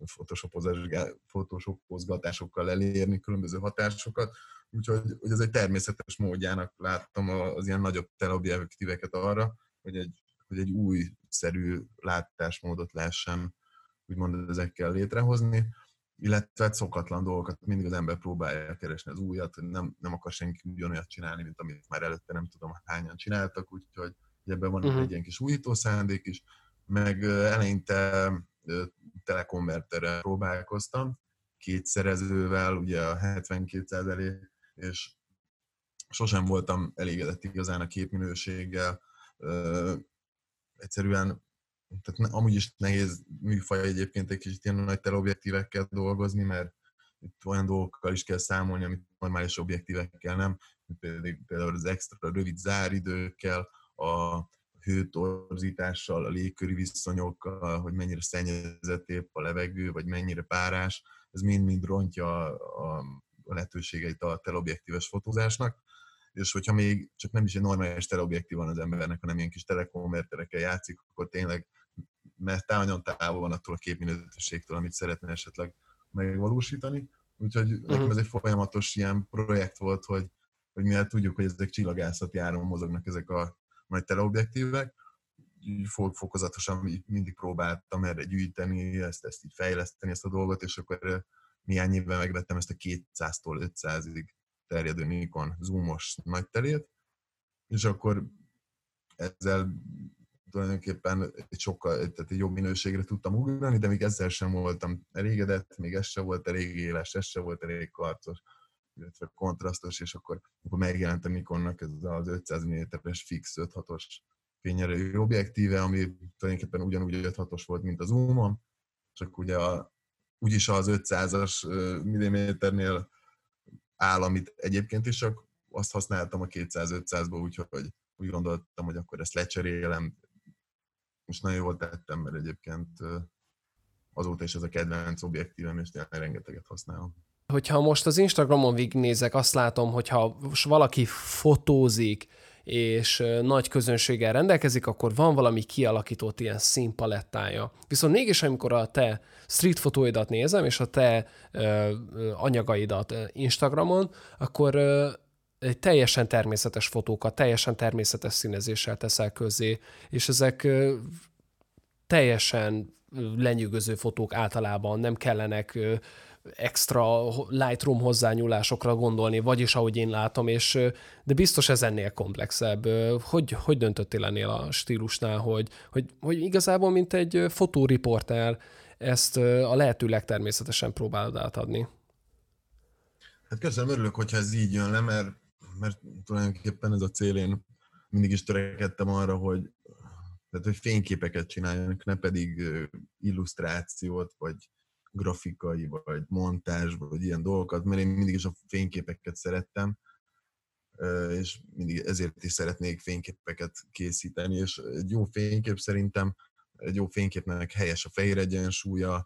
photoshopozgatásokkal elérni különböző hatásokat. Úgyhogy hogy ez egy természetes módjának láttam az ilyen nagyobb teleobjektíveket arra, hogy egy, hogy egy újszerű látásmódot lehessen úgymond ezekkel létrehozni, illetve szokatlan dolgokat mindig az ember próbálja keresni az újat, nem, nem akar senki ugyanolyat csinálni, mint amit már előtte nem tudom hányan csináltak, úgyhogy ebben van uh-huh. egy ilyen kis újító szándék is, meg eleinte telekonverterrel próbálkoztam, kétszerezővel, ugye a hetven kétszáz elé, és sosem voltam elégedett igazán a képminőséggel. Egyszerűen, tehát amúgy is nehéz műfaj egyébként egy kicsit ilyen nagy teleobjektívekkel dolgozni, mert itt olyan dolgokkal is kell számolni, amit normális objektívekkel nem, például az extra rövid záridőkkel, a hőtorzítással, a légköri viszonyokkal, hogy mennyire szennyezett épp a levegő, vagy mennyire párás, ez mind-mind rontja a lehetőségeit a teleobjektíves fotózásnak, és hogyha még csak nem is egy normális teleobjektív van az embernek, hanem ilyen kis telekonverterekkel játszik, akkor tényleg mert nagyon távol van attól a képminőségtől, amit szeretne esetleg megvalósítani. Úgyhogy uh-huh. nekem ez egy folyamatos ilyen projekt volt, hogy, hogy mivel tudjuk, hogy ezek csillagászati áron mozognak ezek a nagy teleobjektívek, fokozatosan mindig próbáltam erre gyűjteni, ezt, ezt így fejleszteni, ezt a dolgot, és akkor néhány évben megvettem ezt a kétszáztól ötszázig terjedő Nikon zoomos nagy telét, és akkor ezzel tulajdonképpen egy sokkal tehát egy jobb minőségre tudtam ugrani, de még ezzel sem voltam elégedett, még ez sem volt elég éles, ez sem volt elég karcos, illetve kontrasztos, és akkor, akkor megjelent a Nikonnak ez az ötszáz milliméteres fix öt hatos fényerőjű objektíve, ami tulajdonképpen ugyanúgy öt hatos volt, mint a zoomon, csak ugye a, úgyis az ötszázas milliméternél áll, amit egyébként is csak azt használtam a kétszáz-ötszázból, úgyhogy úgy gondoltam, hogy akkor ezt lecserélem. Most nagyon jól tettem, mert egyébként azóta is ez a kedvenc objektívem, és tényleg rengeteget használom. Hogyha most az Instagramon végignézek, azt látom, hogyha valaki fotózik, és nagy közönséggel rendelkezik, akkor van valami kialakított ilyen színpalettája. Viszont mégis, amikor a te street fotóidat nézem, és a te ö, anyagaidat Instagramon, akkor ö, egy teljesen természetes fotókat, teljesen természetes színezéssel teszel közzé, és ezek ö, teljesen lenyűgöző fotók általában, nem kellenek ö, extra Lightroom hozzányúlásokra gondolni, vagyis ahogy én látom, és, de biztos ez ennél komplexebb. Hogy, hogy döntöttél ennél a stílusnál, hogy, hogy, hogy igazából, mint egy fotóriporter, ezt a lehető legtermészetesen próbálod átadni? Hát köszönöm, örülök, hogyha ez így jön le, mert, mert tulajdonképpen ez a cél, én mindig is törekedtem arra, hogy, tehát, hogy fényképeket csináljanak, ne pedig illusztrációt, vagy grafikai, vagy montázs, vagy ilyen dolgokat, mert én mindig is a fényképeket szerettem, és mindig ezért is szeretnék fényképeket készíteni, és egy jó fénykép szerintem, egy jó fényképnek helyes a fehér egyensúlya,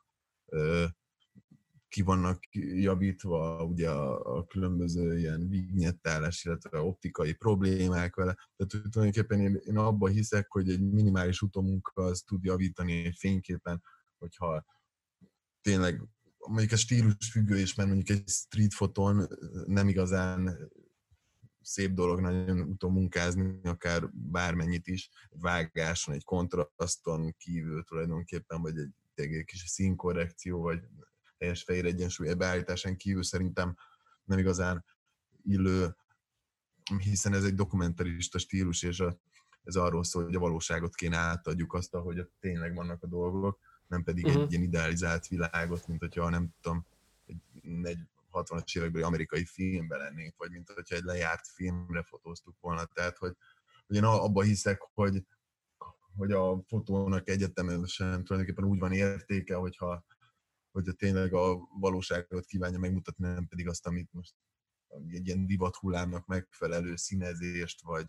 ki vannak javítva ugye a, a különböző ilyen vignettálás, illetve optikai problémák vele. Tehát tulajdonképpen én, én abban hiszek, hogy egy minimális utómunka az tud javítani egy fényképen, hogyha tényleg mondjuk a stílus függő is, mert mondjuk egy street fotón nem igazán szép dolog nagyon utómunkázni, akár bármennyit is, egy vágáson, egy kontraszton kívül tulajdonképpen, vagy egy, egy kis színkorrekció, vagy helyes fehér egyensúly beállításán kívül szerintem nem igazán illő, hiszen ez egy dokumentarista stílus, és a, ez arról szól, hogy a valóságot kéne átadjuk azt, ahogy tényleg vannak a dolgok, nem pedig uh-huh. egy ilyen idealizált világot, mint hogyha nem tudom, egy hatvanas évekbeli amerikai filmben lennénk, vagy mint hogyha egy lejárt filmre fotóztuk volna. Tehát, hogy, hogy én abban hiszek, hogy, hogy a fotónak egyetemesen tulajdonképpen úgy van értéke, hogyha, hogyha tényleg a valóságot kívánja megmutatni, nem pedig azt, amit most egy ilyen divathullámnak megfelelő színezést, vagy,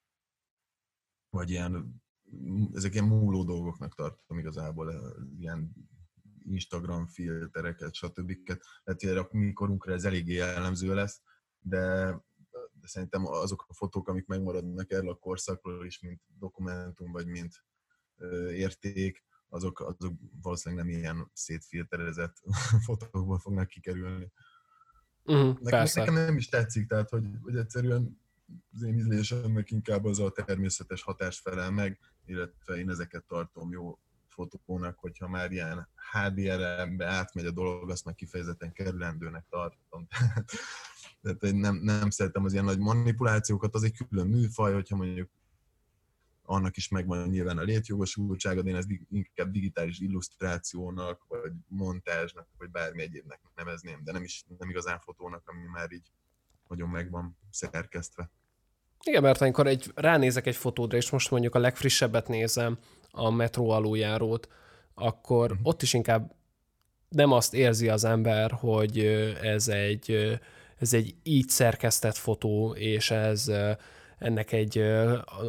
vagy ilyen ezek ilyen múló dolgoknak tartom igazából, ilyen Instagram filtereket, stb. Tehát a mi korunkra ez eléggé jellemző lesz, de, de szerintem azok a fotók, amik megmaradnak erről a korszakról is, mint dokumentum, vagy mint ö, érték, azok, azok valószínűleg nem ilyen szétfilterezett fotókból fognak kikerülni. Uh-huh, nekem, nekem nem is tetszik, tehát hogy, hogy egyszerűen az én ízlésemnek inkább az a természetes hatás felel meg, illetve én ezeket tartom jó fotókónak, hogyha már ilyen há dé er-be átmegy a dolog, azt már kifejezetten kerülendőnek tartom. Tehát nem, nem szeretem az ilyen nagy manipulációkat, az egy külön műfaj, hogyha mondjuk annak is megvan nyilván a létjogosultsága, de én ezt inkább digitális illusztrációnak, vagy montázsnak, vagy bármi egyébnek nevezném, de nem is nem igazán fotónak, ami már így nagyon meg van szerkesztve. Igen, mert amikor egy, ránézek egy fotódra, és most mondjuk a legfrissebbet nézem, a metró aluljárót, akkor uh-huh. ott is inkább nem azt érzi az ember, hogy ez egy, ez egy így szerkesztett fotó, és ez ennek egy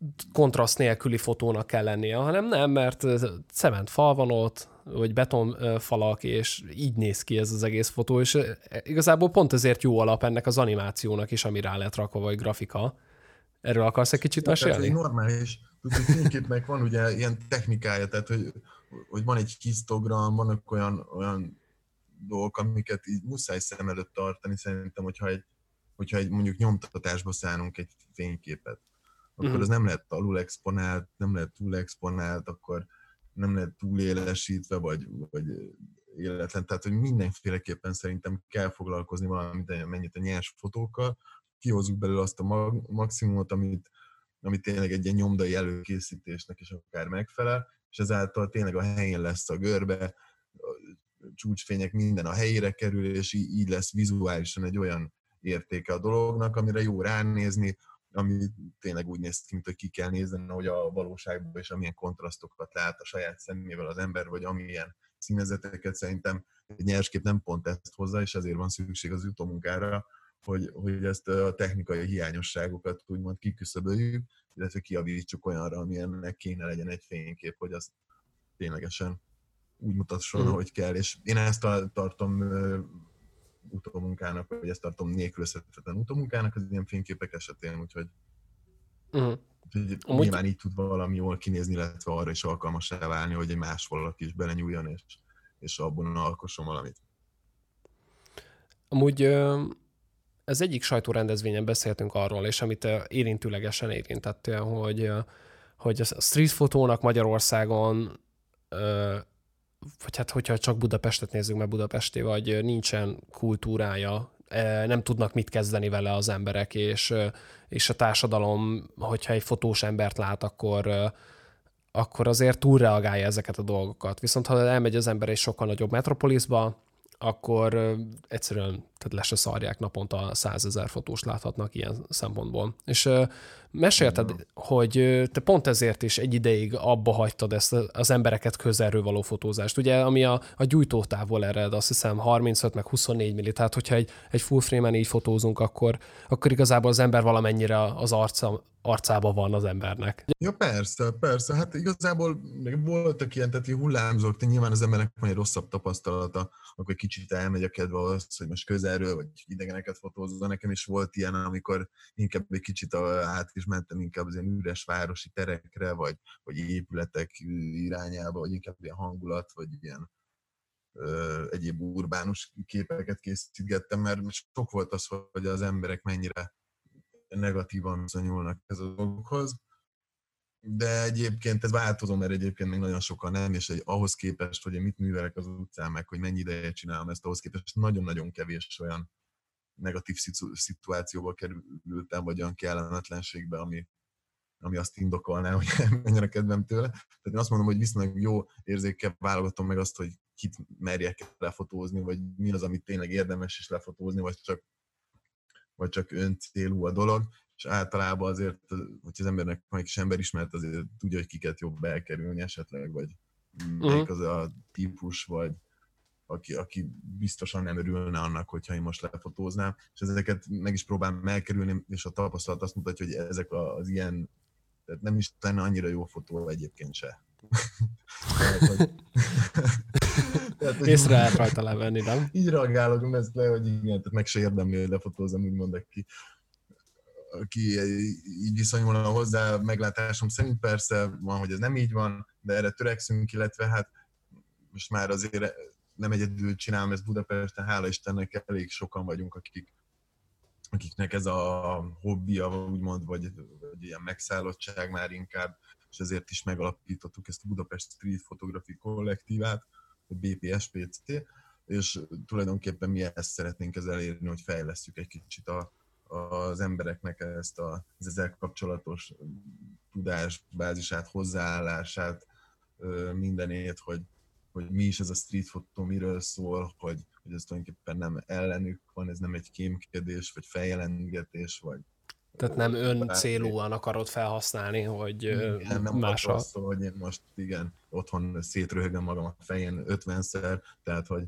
kontraszt nélküli fotónak kell lennie, hanem nem, mert cement fal van ott, vagy betonfalak, és így néz ki ez az egész fotó, és igazából pont ezért jó alap ennek az animációnak is, ami rá lett rakva, vagy grafika. Erről akarsz egy kicsit mesélni? Tehát egy normális, tudod, fényképnek van ugye ilyen technikája, tehát hogy, hogy van egy histogram, vannak olyan, olyan dolgok, amiket így muszáj szem előtt tartani, szerintem, hogyha egy, hogyha egy mondjuk nyomtatásba szánunk egy fényképet, akkor uh-huh. az nem lehet alul exponált, nem lehet túl exponált, akkor nem lehet túl élesítve, vagy, vagy életlen. Tehát, hogy mindenféleképpen szerintem kell foglalkozni valamit, mennyit a nyers fotókkal, kihozzuk belőle azt a maximumot, amit, amit tényleg egy ilyen nyomdai előkészítésnek is akár megfelel, és ezáltal tényleg a helyén lesz a görbe, a csúcsfények, minden a helyére kerül, és így lesz vizuálisan egy olyan értéke a dolognak, amire jó ránézni, ami tényleg úgy néz ki, mint hogy ki kell nézni, hogy a valóságban és amilyen kontrasztokat lát a saját szemével az ember, vagy amilyen színezeteket. Szerintem egy nyerskép nem pont ezt hozza, és ezért van szükség az utómunkára, hogy, hogy ezt a technikai hiányosságokat úgymond kiküszöböljük, illetve kiavítsuk olyanra, amilyennek kéne legyen egy fénykép, hogy az ténylegesen úgy mutasson, mm. ahogy kell. És én ezt tartom utómunkának, vagy ezt tartom nélkülözhetetlen utómunkának az ilyen fényképek esetén, úgyhogy, uh-huh. úgyhogy Amúgy... nyilván így tud valami jól kinézni, illetve arra is alkalmassá válni, hogy egy más valaki is belenyúljon, és, és abban alkosson valamit. Amúgy ez egyik sajtórendezvényen beszéltünk arról, és amit érintőlegesen érintettél, hogy, hogy a street fotónak Magyarországon vagy hát hogyha csak Budapestet nézzük, mert budapesti vagy, nincsen kultúrája, nem tudnak mit kezdeni vele az emberek, és, és a társadalom, hogyha egy fotós embert lát, akkor, akkor azért túlreagálja ezeket a dolgokat. Viszont ha elmegy az ember egy sokkal nagyobb metropoliszba, akkor egyszerűen tehát le se szarják, naponta százezer fotós láthatnak ilyen szempontból. És uh, mesélted, mm. hogy te pont ezért is egy ideig abba hagytad ezt az embereket közelről való fotózást. Ugye, ami a, a gyújtótávol ered, azt hiszem harmincöt meg huszonnégy milli, tehát hogyha egy, egy full frame-en így fotózunk, akkor, akkor igazából az ember valamennyire az arca, arcában van az embernek. Ja, persze, persze. Hát igazából voltak ilyen, tehát hullámzók, de nyilván az embernek van egy rosszabb tapasztalata, akkor kicsit elmegy a kedve az, hogy most közelről, vagy idegeneket fotózza. Nekem is volt ilyen, amikor inkább egy kicsit át is mentem inkább az ilyen üres városi terekre, vagy, vagy épületek irányába, vagy inkább ilyen hangulat, vagy ilyen ö, egyéb urbánus képeket készítgettem, mert sok volt az, hogy az emberek mennyire negatívan viszonyulnak ez a dolgokhoz. De egyébként ez változó, mert egyébként még nagyon sokan nem, és egy, ahhoz képest, hogy én mit művelek az utcán, meg hogy mennyi ideje csinálom ezt, ahhoz képest nagyon-nagyon kevés olyan negatív szituációba kerültem, vagy olyan kellemetlenségbe, ami, ami azt indokolná, hogy mennyire kedvem tőle. Tehát én azt mondom, hogy viszonylag jó érzékkel válogatom meg azt, hogy kit merjek lefotózni, vagy mi az, amit tényleg érdemes is lefotózni, vagy csak, vagy csak öncélú a dolog. És általában azért, hogy az embernek van egy kis emberismert, azért tudja, hogy kiket jobb elkerülni esetleg, vagy uh-huh. melyik az a típus, vagy aki, aki biztosan nem örülne annak, hogyha én most lefotóznám. És ezeket meg is próbálom elkerülni, és a tapasztalat azt mutatja, hogy ezek az ilyen, tehát nem is lenne annyira jó fotó egyébként se. tehát, hogy, tehát, hogy észre lehet rajta levenni, nem? Így reagálok ezt le, hogy igen, tehát meg se érdemli, hogy lefotózzam, úgymond ki. Aki így viszonyulna hozzá, meglátásom szerint persze van, hogy ez nem így van, de erre törekszünk, illetve hát most már azért nem egyedül csinálom ezt Budapesten, hála Istennek elég sokan vagyunk, akik, akiknek ez a hobbija, úgymond, vagy, vagy ilyen megszállottság már inkább, és ezért is megalapítottuk ezt a Budapest Street Photography Kollektívát, a bé pé es pé cé, és tulajdonképpen mi ezt szeretnénk ezzel elérni, hogy fejlesszük egy kicsit a az embereknek ezt a, az ezzel kapcsolatos tudásbázisát, hozzáállását, mindenét, hogy, hogy mi is ez a street photo, miről szól, hogy, hogy ez tulajdonképpen nem ellenük van, ez nem egy kémkedés, vagy feljelentgetés, vagy... Tehát nem ön célúan akarod felhasználni, hogy igen, nem másra... szól, hogy én most igen, otthon szétröhögöm magam a fején ötvenszer, tehát hogy...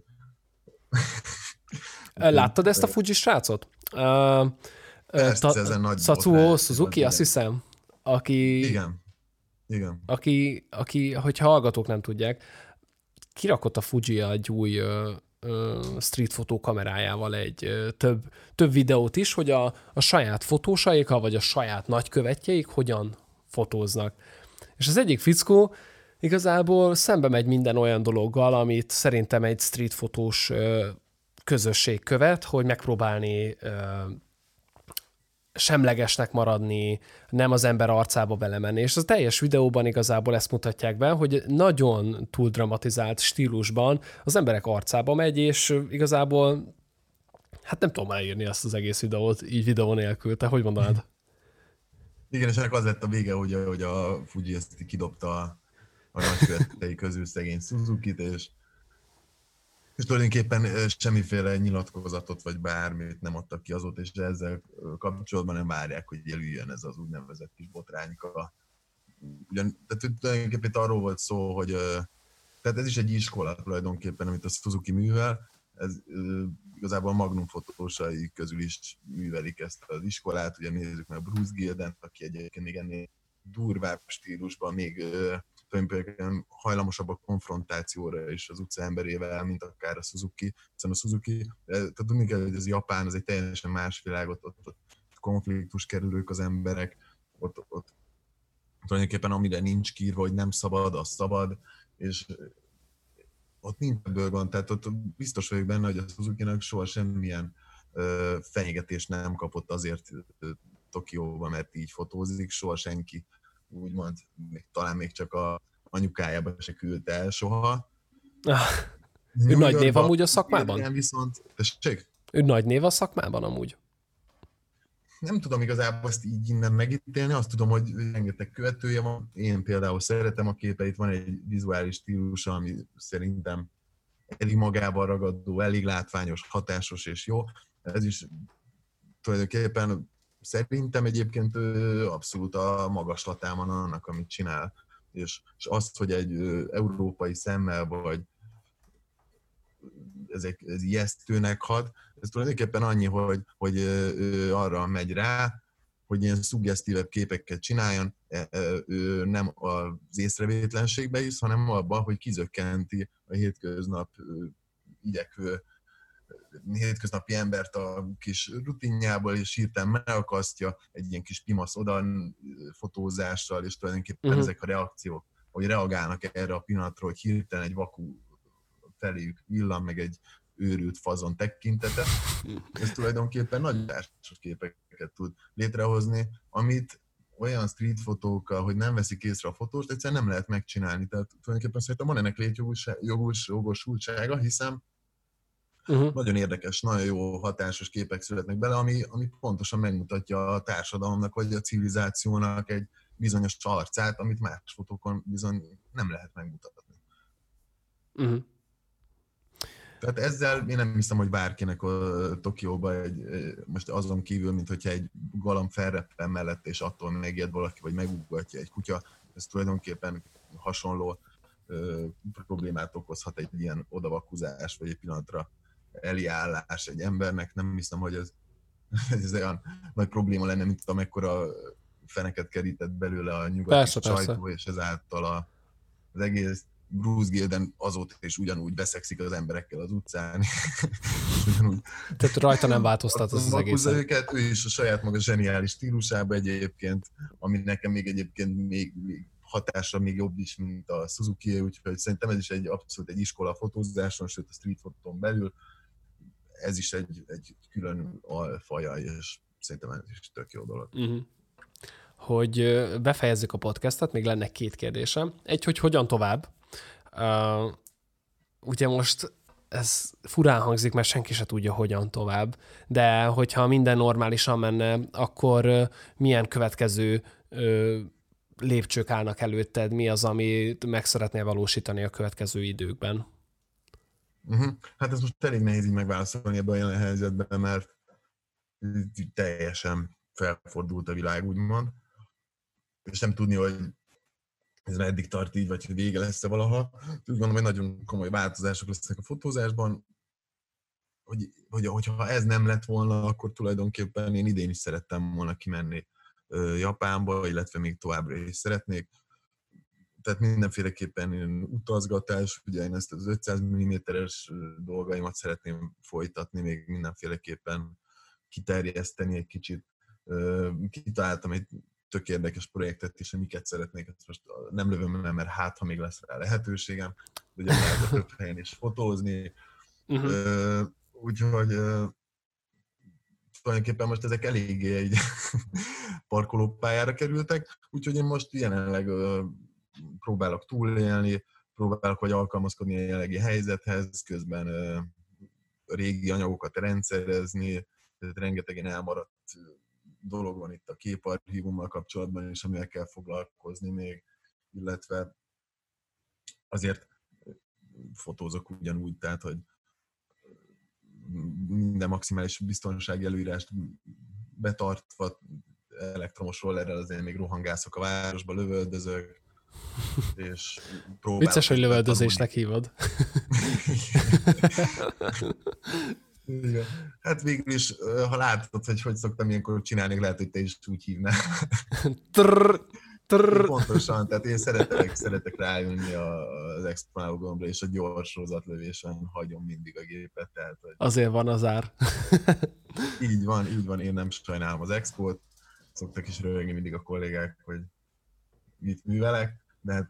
Láttad ezt a Fuji srácot? Uh, Ezt, Ta- ezen nagy Tatsuo Suzuki, azt hiszem. aki, Igen, igen. aki, aki, hogyha hallgatók nem tudják, kirakott a Fuji egy új ö, ö, street fotó kamerájával egy ö, több, több videót is, hogy a, a saját fotósaikkal, vagy a saját nagykövetjeik hogyan fotóznak. És az egyik fickó igazából szembe megy minden olyan dologgal, amit szerintem egy street fotós ö, közösség követ, hogy megpróbálni ö, semlegesnek maradni, nem az ember arcába belemenni. És az teljes videóban igazából ezt mutatják be, hogy nagyon túl dramatizált stílusban az emberek arcába megy, és igazából hát nem tudom elírni ezt az egész videót így videó nélkül. Te hogy mondanád? Igen, és ennek az lett a vége, hogy, hogy a Fuji ezt kidobta a, a nagykövetei közül szegény Suzukit, és és tulajdonképpen semmiféle nyilatkozatot vagy bármit nem adtak ki azóta, és ezzel kapcsolatban nem várják, hogy elüljön ez az úgynevezett kis botrányka. Ugyan, tehát tulajdonképpen itt arról volt szó, hogy tehát ez is egy iskola tulajdonképpen, amit a Suzuki művel, ez igazából a Magnum fotósai közül is művelik ezt az iskolát, ugye nézzük meg Bruce Gildent, aki egyébként még ennél durvább stílusban még tulajdonképpen hajlamosabb a konfrontációra is az utca emberével, mint akár a Suzuki. Hiszen a Suzuki, tehát tudni kell, hogy ez Japán, az egy teljesen más világ, ott, ott, ott konfliktus kerülők az emberek, ott, ott tulajdonképpen amire nincs kiírva, hogy nem szabad, az szabad, és ott nincs ebből van, tehát ott biztos vagyok benne, hogy a Suzuki-nak soha semmilyen ö, fenyegetést nem kapott azért ö, Tokióban, mert így fotózik, soha senki úgymond, még, talán még csak a anyukájába se küldte el soha. Ah, ő nagy név amúgy a szakmában? Igen, viszont, tessék? Ő nagy név a szakmában amúgy? Nem tudom igazából ezt így innen megítélni, azt tudom, hogy rengeteg követője van. Én például szeretem a képeit, van egy vizuális stílusa, ami szerintem elég magával ragadó, elég látványos, hatásos és jó. Ez is tulajdonképpen szerintem egyébként abszolút a magaslatán van annak, amit csinál. És, és azt, hogy egy európai szemmel, vagy ezek ez ijesztőnek hat, ez tulajdonképpen annyi, hogy, hogy ő arra megy rá, hogy ilyen szuggesztívebb képeket csináljon, ő nem az észrevétlenségbe is, hanem abban, hogy kizökkenti a hétköznap igyekvő hétköznapi embert a kis rutinjából, és hirtelen megakasztja egy ilyen kis pimasz oda fotózással, és tulajdonképpen uh-huh. ezek a reakciók, hogy reagálnak erre a pillanatra, hogy hirtelen egy vakú feléjük villan, meg egy őrült fazon tekintete. Ez tulajdonképpen nagy társos képeket tud létrehozni, amit olyan street fotókkal, hogy nem veszik észre a fotóst, egyszerűen nem lehet megcsinálni. Tehát tulajdonképpen szerintem van ennek létjogosultsága, hiszen uh-huh. nagyon érdekes, nagyon jó, hatásos képek születnek bele, ami, ami pontosan megmutatja a társadalomnak, vagy a civilizációnak egy bizonyos arcát, amit más fotókon bizony nem lehet megmutatni. Uh-huh. Tehát ezzel én nem hiszem, hogy bárkinek a Tokióban egy, most azon kívül, mint hogyha egy galamb felreppen mellett, és attól megijed valaki, vagy meguggatja egy kutya, ez tulajdonképpen hasonló ö, problémát okozhat egy ilyen odavakuzás, vagy egy pillanatra eliállás egy embernek. Nem hiszem, hogy ez, ez olyan nagy probléma lenne, mint amekkora feneket kerített belőle a nyugati persze, sajtó, persze. És ezáltal a, az egész Bruce Gilden azóta is ugyanúgy veszekszik az emberekkel az utcán. ugyanúgy Tehát rajta nem változtat az, az egész. Őket, ő is a saját maga zseniális stílusába egyébként, ami nekem még egyébként még, még hatása még jobb is, mint a Suzuki, úgyhogy szerintem ez is egy abszolút egy iskola fotózáson, sőt a street fotón belül. Ez is egy, egy külön alfaja, és szerintem ez is tök jó dolog. Uh-huh. Hogy befejezzük a podcastot, még lenne két kérdésem. Egy, hogy hogyan tovább? Uh, ugye most ez furán hangzik, mert senki se tudja, hogyan tovább, de hogyha minden normálisan menne, akkor uh, milyen következő uh, lépcsők állnak előtted? Mi az, amit meg szeretnél valósítani a következő időkben? Uh-huh. Hát ez most elég nehéz így megválaszolni ebben a jelen helyzetben, mert teljesen felfordult a világ, úgymond. És nem tudni, hogy ez eddig tart így, vagy hogy vége lesz-e valaha. Úgy gondolom, hogy nagyon komoly változások lesznek a fotózásban. Hogy, hogy, hogyha ez nem lett volna, akkor tulajdonképpen én idén is szerettem volna kimenni Japánba, illetve még továbbra is szeretnék. Tehát mindenféleképpen utazgatás, ugye én ezt az ötszáz milliméteres dolgaimat szeretném folytatni, még mindenféleképpen kiterjeszteni egy kicsit. Kitaláltam egy tök érdekes projektet is, amiket szeretnék, ezt most nem lövöm el, mert hát, ha még lesz rá lehetőségem, de ugye lehet több helyen is fotózni. Uh-huh. Úgyhogy tulajdonképpen most ezek eléggé egy parkolópályára kerültek, úgyhogy én most jelenleg próbálok túlélni, próbálok vagy alkalmazkodni a jelenlegi helyzethez, közben régi anyagokat rendszerezni, tehát rengeteg ilyen elmaradt dolog van itt a képarchívummal kapcsolatban is, amivel kell foglalkozni még, illetve azért fotózok ugyanúgy, tehát, hogy minden maximális biztonsági előírást betartva elektromos rollerrel azért még rohangászok a városba, lövöldözök, és próbálok... Vicces, hogy lövöldözésnek hívod. Igen. Hát végül is, ha látod, hogy hogy szoktam ilyenkor csinálni, lehet, hogy te is úgy hívnál. Trrr, trrr. Pontosan, tehát én szeretek, szeretek rájönni az exponáló gombra, és a gyors rozatlövésen hagyom mindig a gépet. Tehát, hogy... Azért van az ár. Így van, így van, én nem sajnálom az expót. Szoktak is röhögni mindig a kollégák, hogy mit művelek, de hát...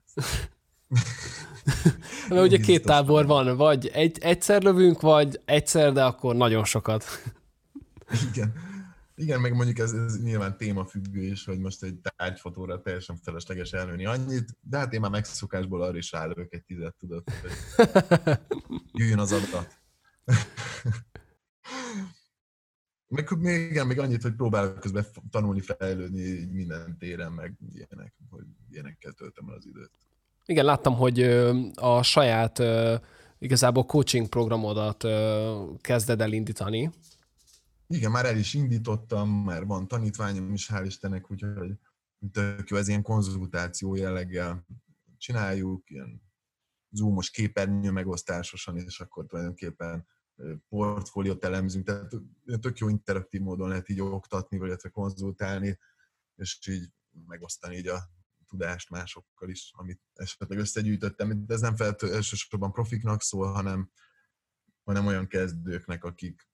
Mert ugye két tábor van, vagy egy, egyszer lövünk, vagy egyszer, de akkor nagyon sokat. Igen. Igen, meg mondjuk ez, ez nyilván témafüggő is, hogy most egy tárgyfotóra teljesen felesleges elnőni annyit, de hát én már megszokásból arra is rálövök egy tizet, tudod, hogy jöjjön az adat. Meg még, igen, még annyit, hogy próbálok közben tanulni, fejlődni minden téren, meg ilyenek, hogy ilyenekkel töltöm el az időt. Igen, láttam, hogy a saját igazából coaching programodat kezded el indítani. Igen, már el is indítottam, már van tanítványom is, hál' Istennek, úgyhogy tök jó, ez ilyen konzultáció jelleggel csináljuk, ilyen zoomos képernyő megosztásosan, és akkor tulajdonképpen portfóliót elemzünk, tehát tök jó interaktív módon lehet így oktatni, vagy illetve konzultálni, és így megosztani így a tudást másokkal is, amit esetleg összegyűjtöttem. De ez nem feltétlenül elsősorban profiknak szól, hanem, hanem olyan kezdőknek, akik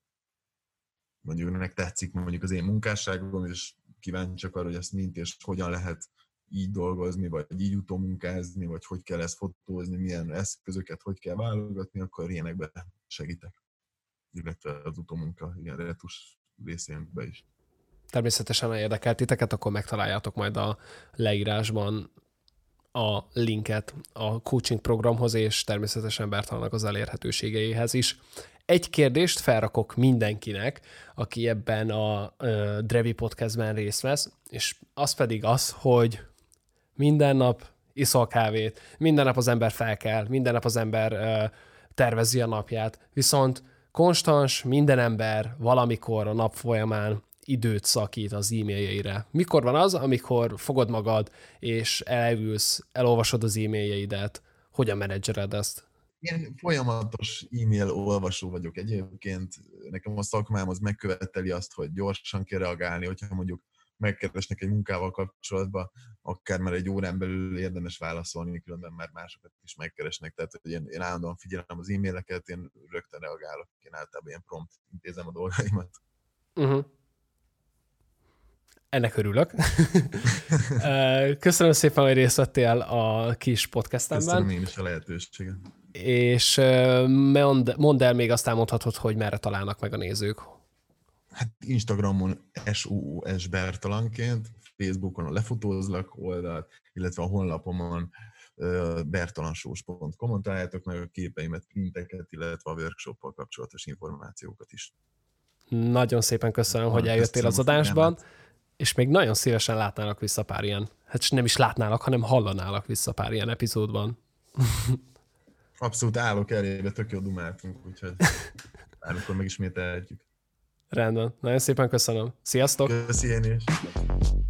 mondjuk ennek tetszik mondjuk az én munkásságom, és kíváncsiak arra, hogy ezt mint és hogyan lehet így dolgozni, vagy így utómunkázni, vagy hogy kell ezt fotózni, milyen eszközöket, hogy kell válogatni, akkor ilyenekben segítek. Illetve az utómunka, igen, retus részénkbe is. Természetesen érdekelt titeket, akkor megtaláljátok majd a leírásban a linket a coaching programhoz, és természetesen Bertalannak az elérhetőségeihez is. Egy kérdést felrakok mindenkinek, aki ebben a uh, Drevi podcastben részt vesz, és az pedig az, hogy minden nap iszol kávét, minden nap az ember felkel, minden nap az ember uh, tervezi a napját, viszont konstans minden ember valamikor a nap folyamán időt szakít az e-mailjeire. Mikor van az, amikor fogod magad, és elülsz, elolvasod az e-mailjeidet, hogyan menedzsered ezt? Én folyamatos e-mail olvasó vagyok egyébként. Nekem a szakmám az megköveteli azt, hogy gyorsan kell reagálni, hogyha mondjuk megkeresnek egy munkával kapcsolatban, akár már egy órán belül érdemes válaszolni, különben már másokat is megkeresnek. Tehát hogy én, én állandóan figyelem az e-maileket, én rögtön reagálok, én általában ilyen prompt intézem a dolgaimat. Uh-huh. Ennek örülök. Köszönöm szépen, hogy részt vettél a kis podcastemben. Köszönöm én is a lehetőséget. És mondd, mondd el, még azt elmondhatod, hogy merre találnak meg a nézők. Hát Instagramon es o o es Bertalanként, Facebookon a Lefotózlak oldalt, illetve a honlapomon bertalansós pont com-on találjátok meg a képeimet, printeket, illetve a workshoppal kapcsolatos információkat is. Nagyon szépen köszönöm, ha, hogy eljöttél az adásban, és még nagyon szívesen látnálak vissza pár ilyen, hát nem is látnálak, hanem hallanálak vissza pár ilyen epizódban. Abszolút állok elébe, tök jó dumáltunk, úgyhogy bármikor megismételjük. Rendben. Nagyon szépen köszönöm. Sziasztok! Köszi én is.